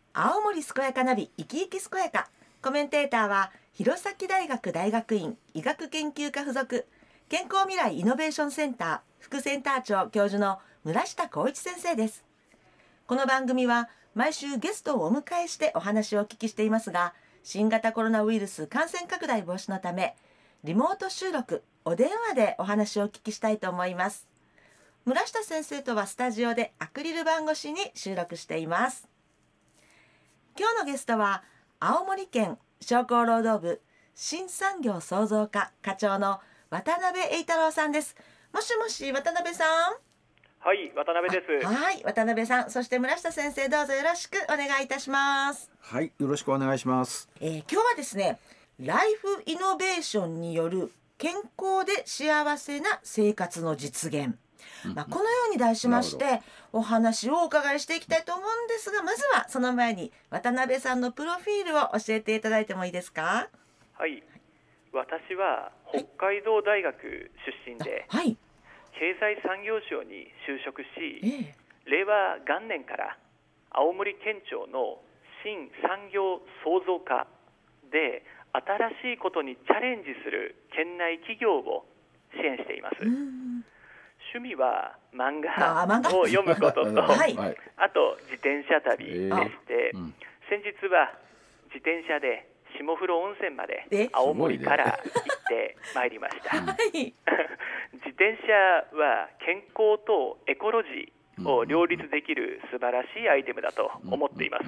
青森健やかナビ生き生き健やか。コメンテーターは弘前大学大学院医学研究科附属健康未来イノベーションセンター副センター長教授の村下浩一先生です。この番組は毎週ゲストをお迎えしてお話をお聞きしていますが、新型コロナウイルス感染拡大防止のためリモート収録お電話でお話をお聞きしたいと思います。村下先生とはスタジオでアクリル板越しに収録しています。今日のゲストは青森県商工労働部新産業創造課課長の渡辺栄太郎さんです。もしもし渡辺さん。 はい、渡辺です。 はい、渡辺さん、そして村下先生、どうぞよろしくお願いいたします。 はい、よろしくお願いします。 今日はですね、ライフイノベーションによる健康で幸せな生活の実現、このように題しましてお話をお伺いしていきたいと思うんですが、まずはその前に渡辺さんのプロフィールを教えていただいてもいいですか？ はい、私は北海道大学出身で、 はい、 経済産業省に就職し、令和元年から青森県庁の新産業創造課で新しいことにチャレンジする県内企業を支援しています。趣味は漫画を読むことと、 はい、 あと自転車旅でして、先日は自転車で下風呂温泉まで青森から行ってまいりました。自転車は健康とエコロジーを両立できる素晴らしいアイテムだと思っています。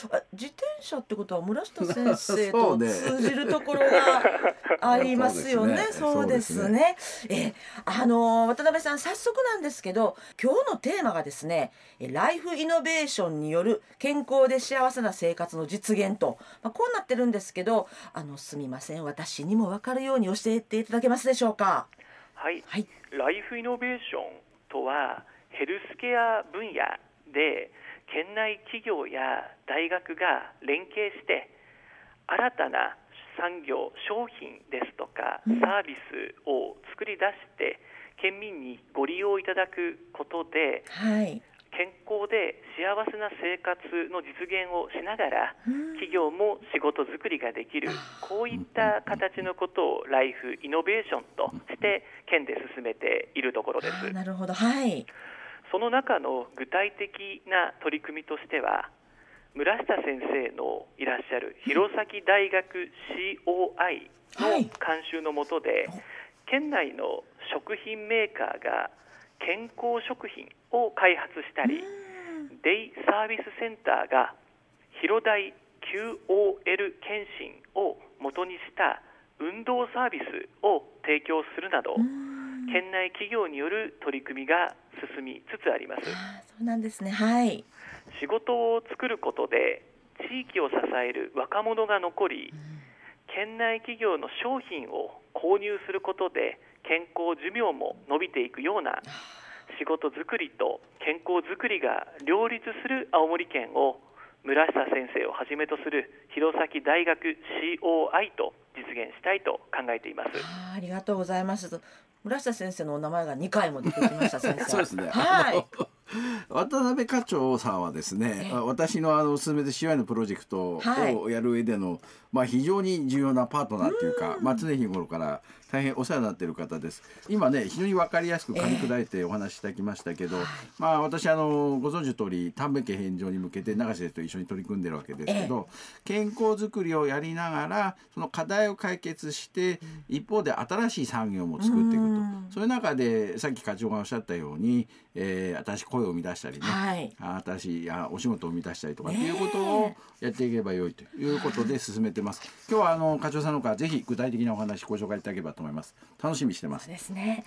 自転車ってことは村下先生と通じるところがありますよね。そうですね。渡辺さん、早速なんですけど、今日のテーマがですね、ライフイノベーションによる健康で幸せな生活の実現と、こうなってるんですけど、すみません、私にも分かるように教えていただけますでしょうか？ はい、ライフイノベーションとはヘルスケア分野で県内企業や大学が連携して新たな産業商品ですとかサービスを作り出して県民にご利用いただくことで、健康で幸せな生活の実現をしながら企業も仕事作りができる、こういった形のことをライフイノベーションとして県で進めているところです。 なるほど。 その中の具体的な取り組みとしては、村下先生のいらっしゃる弘前大学 COI の監修の下で、県内の食品メーカーが健康食品を開発したり、デイサービスセンターが広大 QOL 検診を元にした運動サービスを提供するなど、県内企業による取り組みが進みつつあります。 そうなんですね。 仕事を作ることで地域を支える若者が残り、県内企業の商品を購入することで健康寿命も伸びていくような仕事作りと健康作りが両立する青森県を村下先生をはじめとする弘前大学 COI と実現したいと考えています。 ありがとうございます。村下先生のお名前が2回も出てきました。先生そうですね。渡辺課長さんはですね、私の進めて COI のプロジェクトをやる上での、非常に重要なパートナーというか、常日頃から大変お世話になっている方です。今ね、非常に分かりやすく噛み砕いてお話しいただきましたけど、私ご存知の通り短命県返上に向けて永瀬先生と一緒に取り組んでるわけですけど、健康づくりをやりながらその課題を解決して、一方で新しい産業も作っていくと、そういう中でさっき課長がおっしゃったように、新しい声を生み出したりね、新しいお仕事を生み出したりとかっていうことをやっていけばよいということで進めてます。今日は課長さんの方からぜひ具体的なお話ご紹介いただければと思います。楽しみにしてます。 そうですね。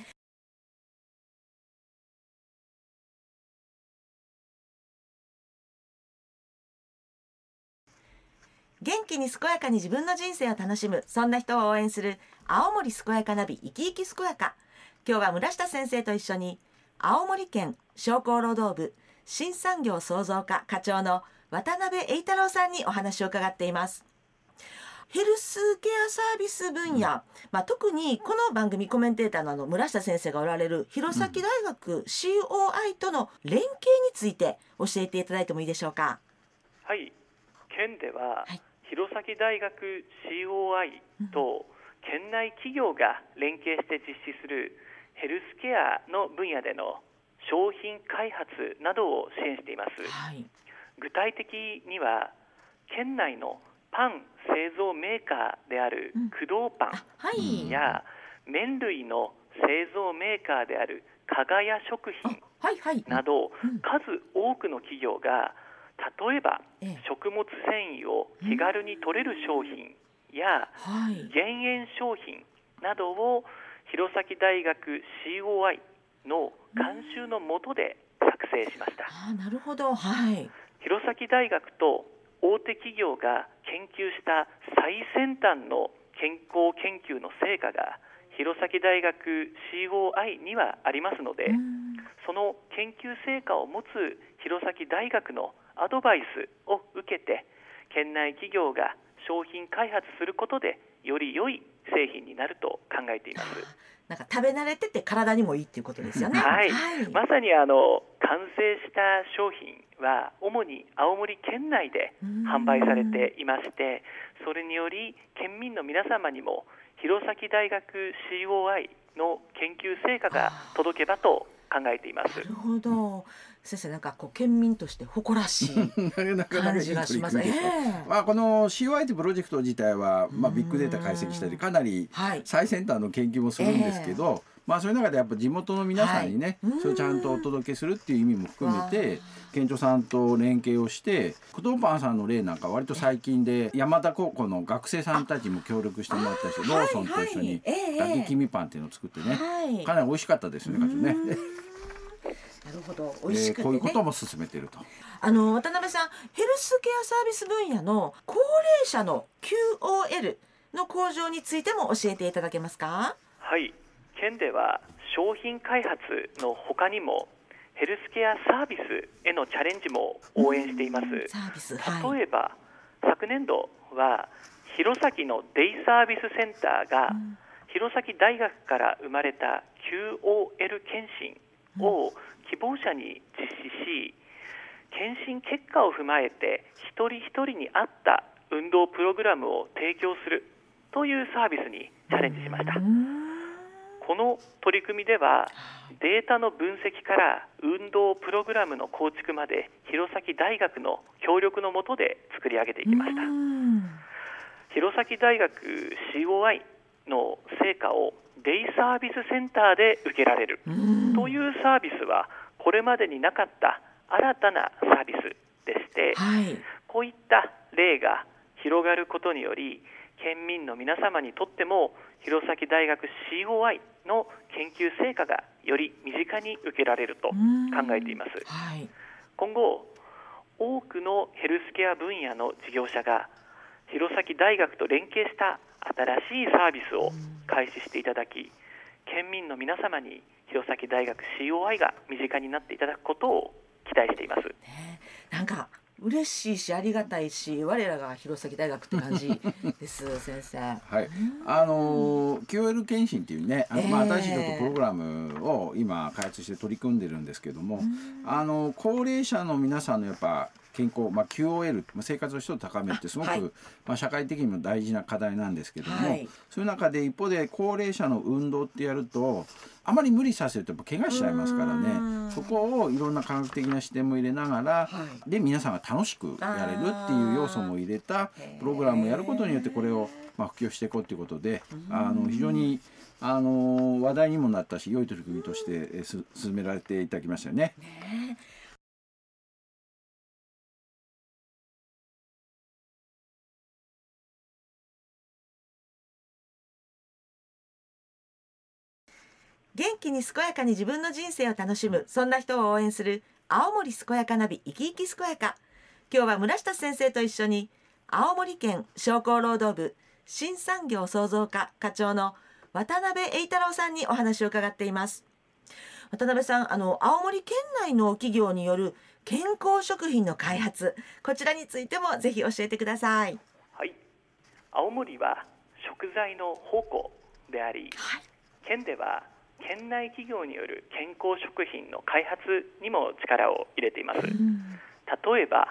元気に健やかに自分の人生を楽しむ、そんな人を応援する青森健やかナビ生き生き健やか。今日は村下先生と一緒に青森県商工労働部新産業創造課課長の渡辺栄太郎さんにお話を伺っています。ヘルスケアサービス分野、特にこの番組コメンテーターの村下先生がおられる弘前大学 COI との連携について教えていただいてもいいでしょうか？ はい、県では、 はい、 弘前大学 COI と県内企業が連携して実施するヘルスケアの分野での商品開発などを支援しています。 はい、 具体的には県内のパン製造メーカーである工藤パはい、 ンや麺類の製造メーカーである加賀屋食品はいはい、 など数多くの企業が例えばええ、 食物繊維を気軽に取れる商品やはい、 減塩商品などを弘前大学 COI の監修の下で作成しました。 なるほど、はい、 弘前大学と大手企業が研究した最先端の健康研究の成果が弘前大学 COI にはありますので、その研究成果を持つ弘前大学のアドバイスを受けて県内企業が商品開発することでより良い製品になると考えています。 なんか食べ慣れてて体にもいいっていうことですよね。 はい、 はい、 まさに完成した商品は主に青森県内で販売されていまして、それにより県民の皆様にも弘前大学 COI の研究成果が届けばと考えています。 なるほど、先生、なんかこう県民として誇らしい感じがします。 この COI というプロジェクト自体は、ビッグデータ解析したりかなり最先端の研究もするんですけど、そういう中でやっぱ地元の皆さんにね、それをちゃんとお届けするっていう意味も含めて県庁さんと連携をして、工藤パンさんの例なんか割と最近で山田高校の学生さんたちも協力してもらったりして、ローソンと一緒に焼き黄身パンっていうのを作ってね、かなり美味しかったですね、課長ね。 なるほど、美味しくてね、 こういうことも進めていると。 渡辺さん、ヘルスケアサービス分野の高齢者の QOL の向上についても教えていただけますか？ はい、県では商品開発の他にもヘルスケアサービスへのチャレンジも応援しています。 サービス、はい、 例えば昨年度は弘前のデイサービスセンターが弘前大学から生まれた QOL 検診を希望者に実施し、検診結果を踏まえて一人一人に合った運動プログラムを提供するというサービスにチャレンジしました。この取り組みではデータの分析から運動プログラムの構築まで弘前大学の協力の下で作り上げていきました。弘前大学 COI の成果をデイサービスセンターで受けられるというサービスはこれまでになかった新たなサービスでして、こういった例が広がることにより県民の皆様にとっても弘前大学 COI の研究成果がより身近に受けられると考えています。今後多くのヘルスケア分野の事業者が弘前大学と連携した新しいサービスを開始していただき、県民の皆様に弘前大学 COI が身近になっていただくことを期待しています。 なんか嬉しいしありがたいし、我らが弘前大学って感じです先生。 はい、QOL 検診っていうね、新しいちょっとプログラムを今開発して取り組んでるんですけども、高齢者の皆さんのやっぱ健康、QOL、生活の質を高めるってすごく、社会的にも大事な課題なんですけども、そういう中で一方で高齢者の運動ってやるとあまり無理させるとやっぱ怪我しちゃいますからね、そこをいろんな科学的な視点も入れながら、で皆さんが楽しくやれるっていう要素も入れたプログラムをやることによってこれを普及していこうということで、非常に話題にもなったし良い取り組みとして進められていただきましたよね。 元気に健やかに自分の人生を楽しむ、そんな人を応援する青森健やかナビ、生き生き健やか。今日は村下先生と一緒に青森県商工労働部新産業創造課課長の渡辺栄太郎さんにお話を伺っています。渡辺さん、青森県内の企業による健康食品の開発、こちらについてもぜひ教えてください。 はい、青森は食材の宝庫であり、県では県内企業による健康食品の開発にも力を入れています。例えば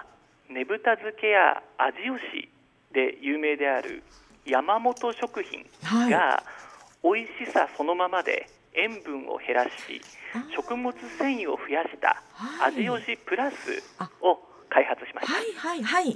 ねぶた漬けや味吉で有名である山本食品が、美味しさそのままで塩分を減らし食物繊維を増やした味吉プラスを開発しました。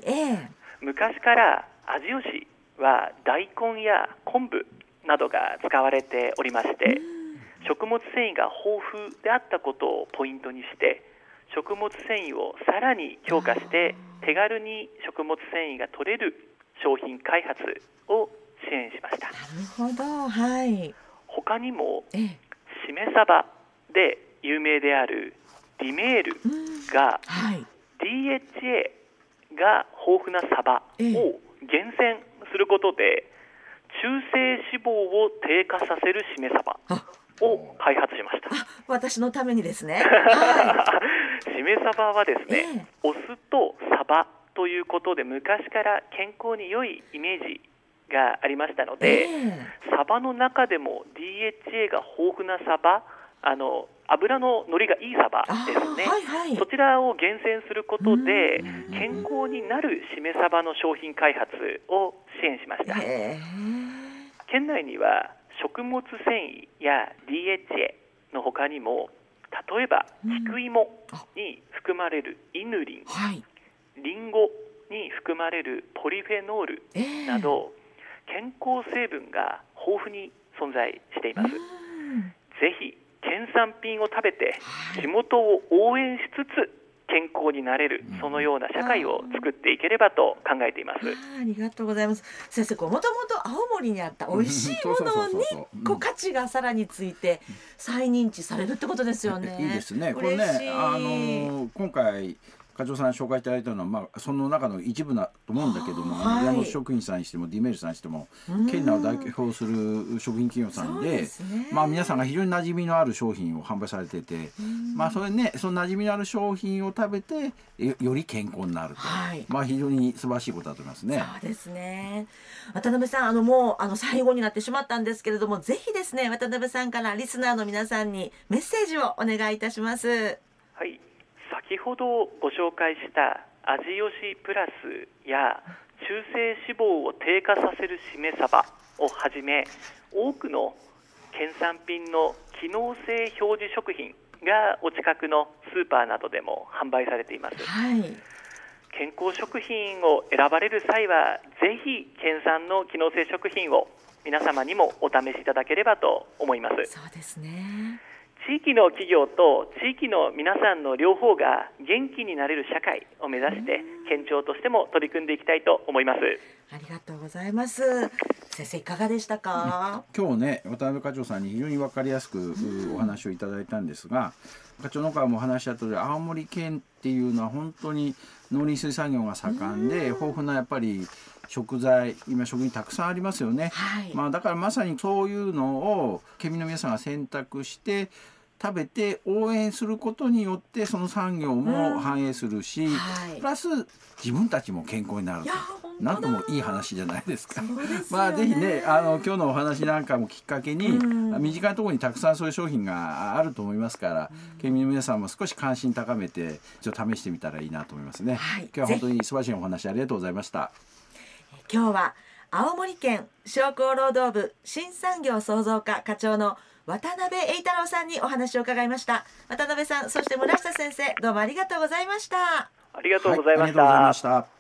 昔から味吉は大根や昆布などが使われておりまして、食物繊維が豊富であったことをポイントにして食物繊維をさらに強化して手軽に食物繊維が取れる商品開発を支援しました。 なるほど、 他にもしめ鯖で有名であるディメールが、DHA が豊富なサバを厳選することで中性脂肪を低下させるしめ鯖を開発しました。 私のためにですね。 しめ鯖はですね、お酢とサバということで昔から健康に良いイメージがありましたので、サバの中でも DHA が豊富なサバ、油の乗りがいいサバですね、そちらを厳選することで健康になるしめ鯖の商品開発を支援しました。県内には食物繊維や DHA の他にも、例えば菊芋に含まれるイヌリン、リンゴに含まれるポリフェノールなど、健康成分が豊富に存在しています。ぜひ県産品を食べて地元を応援しつつ健康になれる、そのような社会を作っていければと考えています。 ありがとうございます。先生、もともと青森にあった美味しいものに価値がさらについて再認知されるってことですよね。 いいですね。これね、今回課長さん紹介いただいたのは、その中の一部だと思うんだけども、山本食品さんにしてもディメールさんにしても県内を代表する食品企業さんで、皆さんが非常に馴染みのある商品を販売されてて、それね、その馴染みのある商品を食べてより健康になると、非常に素晴らしいことだと思いますね。 そうですね。渡辺さん、もう最後になってしまったんですけれども、ぜひですね、渡辺さんからリスナーの皆さんにメッセージをお願いいたします。 はい、先ほどご紹介した味吉プラスや中性脂肪を低下させるしめ鯖をはじめ、多くの県産品の機能性表示食品がお近くのスーパーなどでも販売されています。健康食品を選ばれる際はぜひ県産の機能性食品を皆様にもお試しいただければと思います。 そうですね。 地域の企業と地域の皆さんの両方が元気になれる社会を目指して県庁としても取り組んでいきたいと思います。 ありがとうございます。先生、いかがでしたか？ 今日ね、渡辺課長さんに非常に分かりやすくお話をいただいたんですが、課長の方もお話しした通り、青森県っていうのは本当に農林水産業が盛んで豊富なやっぱり食材、今食品たくさんありますよね。だからまさにそういうのを県民の皆さんが選択して食べて応援することによってその産業も繁栄するし、プラス自分たちも健康になると、なんともいい話じゃないですか。ぜひね、今日のお話なんかもきっかけに、身近なところにたくさんそういう商品があると思いますから、県民の皆さんも少し関心高めて試してみたらいいなと思いますね。今日は本当に素晴らしいお話ありがとうございました。 今日は青森県商工労働部新産業創造課課長の渡辺栄太郎さんにお話を伺いました。渡辺さん、そして村下先生、どうもありがとうございました。 ありがとうございました。